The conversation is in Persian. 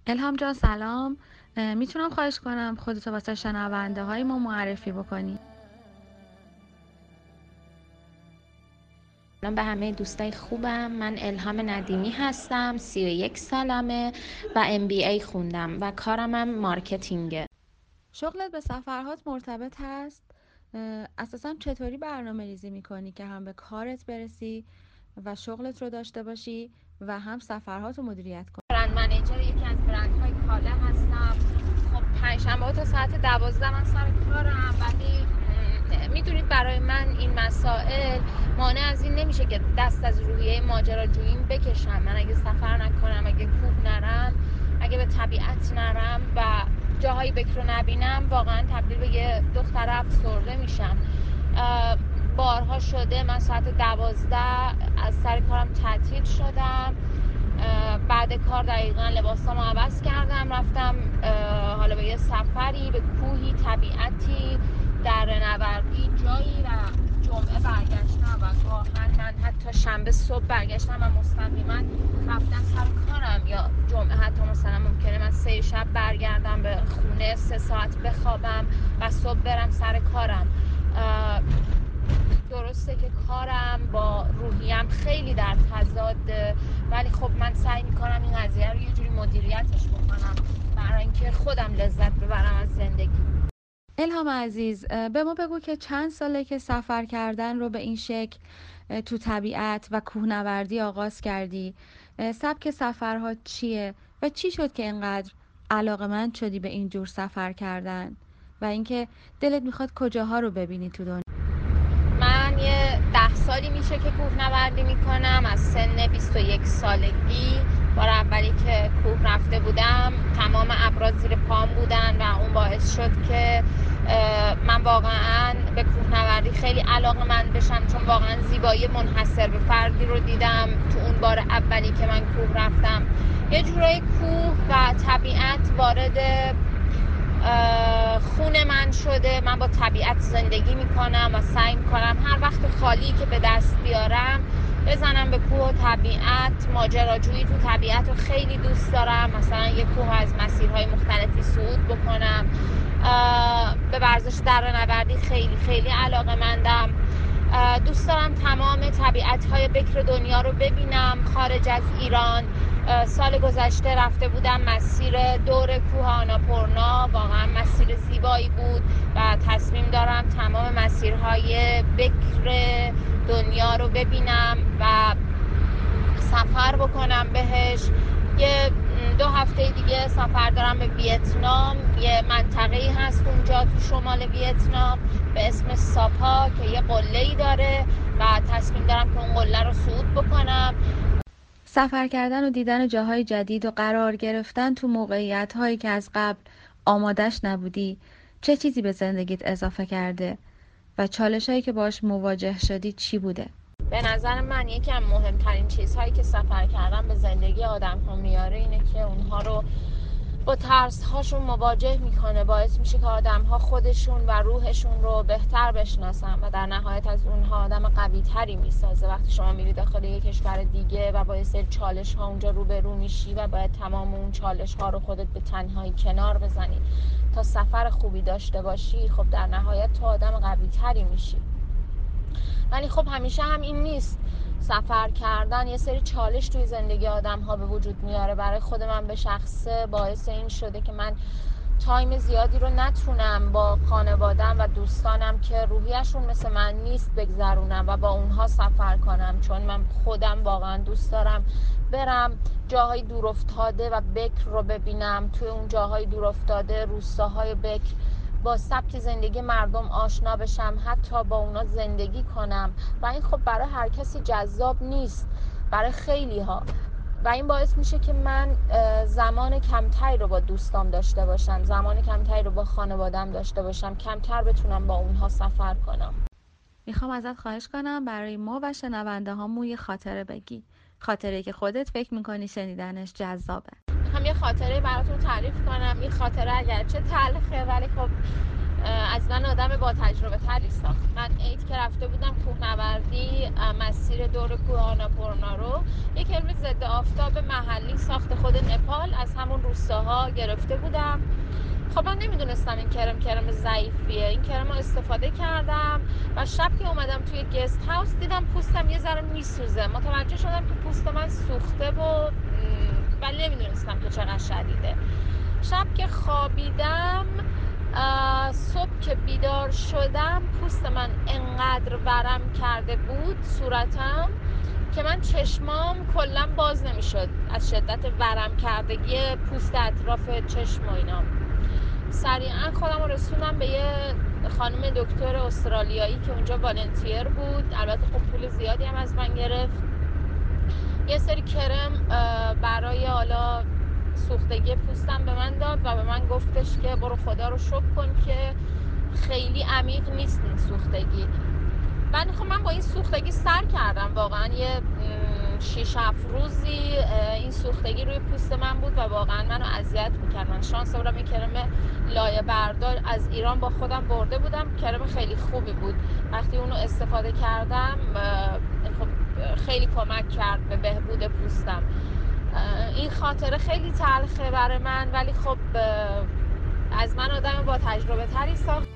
الهام جان سلام. میتونم خواهش کنم خودتو واسه شنونده های ما معرفی بکنی؟ سلام به همه دوستای خوبم. من الهام ندیمی هستم، 31 سالمه و MBA خوندم و کارمم مارکتینگه. شغلت به سفرهات مرتبط هست؟ اساسا چطوری برنامه ریزی میکنی که هم به کارت برسی و شغلت رو داشته باشی و هم سفرهات رو مدیریت کنی؟ برند منیجر یکی از برندهای کالا هستم. خب پنجشنبه تا ساعت 12 من سر کارم، ولی میدونید برای من این مسائل مانع از این نمیشه که دست از روحیه ماجراجوییم بکشم. من اگه سفر نکنم، اگه کوه نرم، اگه به طبیعت نرم و جاهایی بکر رو نبینم، واقعا تبدیل به یه دختر افسرده میشم. بارها شده من ساعت 12 از سر کارم تعطیل شدم. بعد کار دقیقا لباسامو عوض کردم، رفتم حالا به یه سفری، به کوهی، طبیعتی، در نوردی جایی و جمعه برگشتم و گاهن من حتی شنبه صبح برگشتم و مستقیما رفتم سر کارم، یا جمعه حتی مثلا ممکنه من 3 شب برگردم به خونه، 3 ساعت بخوابم و صبح برم سر کارم. درسته که کارم با روحیم خیلی در تضاده، ولی خب من سعی میکنم این قضیه رو یه جوری مدیریتش بکنم برای اینکه خودم لذت ببرم از زندگی. الهام عزیز، به ما بگو که چند ساله که سفر کردن رو به این شکل تو طبیعت و کوهنوردی آغاز کردی؟ سبک سفرها چیه و چی شد که اینقدر علاقه‌مند شدی به این جور سفر کردن و اینکه دلت میخواد کجاها رو ببینی تو دنیا؟ من یه 10 سالی میشه که کوهنوردی میکنم. از سن 21 سالگی بار اولی که کوه رفته بودم تمام ابرا زیر پام بودن و اون باعث شد که من واقعا به کوهنوردی خیلی علاقه‌مند بشم، چون واقعا زیبایی منحصر به فردی رو دیدم تو اون بار اولی که من کوه رفتم. یه جورای کوه و طبیعت وارد خون من شده. من با طبیعت زندگی میکنم و سعی میکنم هر وقت خالی که به دست بیارم بزنم به کوه و طبیعت. ماجراجویی تو طبیعت رو خیلی دوست دارم، مثلا یه کوه از مسیرهای مختلفی صعود بکنم. به ورزش دره‌نوردی خیلی خیلی علاقه‌مندم. دوست دارم تمام طبیعت‌های بکر دنیا رو ببینم خارج از ایران. سال گذشته رفته بودم مسیر دور کوه آناپورنا، واقعا مسیر زیبایی بود و تصمیم دارم تمام مسیرهای بکر دنیا رو ببینم و سفر بکنم بهش. یه 2 هفته دیگه سفر دارم به ویتنام. یه منطقه‌ای هست اونجا تو شمال ویتنام به اسم ساپا که یه قله‌ای داره و تصمیم دارم که اون قله رو صعود بکنم. سفر کردن و دیدن جاهای جدید و قرار گرفتن تو موقعیت‌هایی که از قبل آمادش نبودی، چه چیزی به زندگیت اضافه کرده و چالش‌هایی که باش مواجه شدی چی بوده؟ به نظر من یکی از مهمترین چیزهایی که سفر کردن به زندگی آدم ها میاره اینه که اونها رو با ترس هاشون مواجه میکنه، باعث میشه که آدم ها خودشون و روحشون رو بهتر بشناسن و در نهایت از اونها آدم قوی تری میسازه. وقتی شما میری داخل یک کشور دیگه و با یه سری چالش ها اونجا روبرو میشی و باید تمام اون چالش ها رو خودت به تنهایی کنار بزنی تا سفر خوبی داشته باشی، خب در نهایت تو آدم قوی تری میشی. ولی خب همیشه هم این نیست. سفر کردن یه سری چالش توی زندگی آدم ها به وجود میاره. برای خود من به شخصه باعث این شده که من تایم زیادی رو نتونم با خانوادم و دوستانم که روحیشون مثل من نیست بگذرونم و با اونها سفر کنم، چون من خودم واقعا دوست دارم برم جاهای دورافتاده و بکر رو ببینم. توی اون جاهای دورافتاده، روستاهای بکر، با سبک زندگی مردم آشنا بشم، حتی با اونا زندگی کنم و این خب برای هر کسی جذاب نیست، برای خیلی ها، و این باعث میشه که من زمان کمتری رو با دوستام داشته باشم، زمان کمتری رو با خانوادم داشته باشم، کمتر بتونم با اونها سفر کنم. میخوام ازت خواهش کنم برای ما و شنونده هامون یه خاطره بگی، خاطره که خودت فکر میکنی شنیدنش جذابه. میخوام یه خاطره براتون تعریف کنم. این خاطره اگرچه تلخه ولی خب از من آدم با تجربه تری ساخت. من عید که رفته بودم کوهنوردی مسیر دور کوه آناپورنا رو، یک کرم ضد آفتاب محلی ساخت خود نپال از همون روستاها گرفته بودم. خب من نمیدونستم این کرم ضعیفیه. این کرم رو استفاده کردم و شب که اومدم توی گست هاوس دیدم پوستم یه ذره میسوزه. متوجه شدم که پوست من سوخته ولی نمیدونستم که چقدر شدیده. شب که خوابیدم، صبح که بیدار شدم پوست من انقدر ورم کرده بود صورتم که من چشمام کلا باز نمیشد از شدت ورم کردگی پوست اطراف چشم و اینا. سریعا خودم رو رسوندم به یه خانم دکتر استرالیایی که اونجا والنتیر بود. البته خب پول زیادی هم از من گرفت. یه سری کرم برای حالا سوختگی پوستم به من داد و به من گفتش که برو خدا رو شکر کن که خیلی عمیق نیست این سوختگی. من با این سوختگی سر کردم. واقعا یه 6-7 روزی این سوختگی روی پوست من بود و واقعا منو اذیت میکرد. من شانس آوردم این کرم لایه بردار از ایران با خودم برده بودم. کرم خیلی خوبی بود. وقتی اونو استفاده کردم خب خیلی کمک کرد به بهبود پوستم. این خاطره خیلی تلخه برای من، ولی خب از من آدم با تجربه تری ساخت.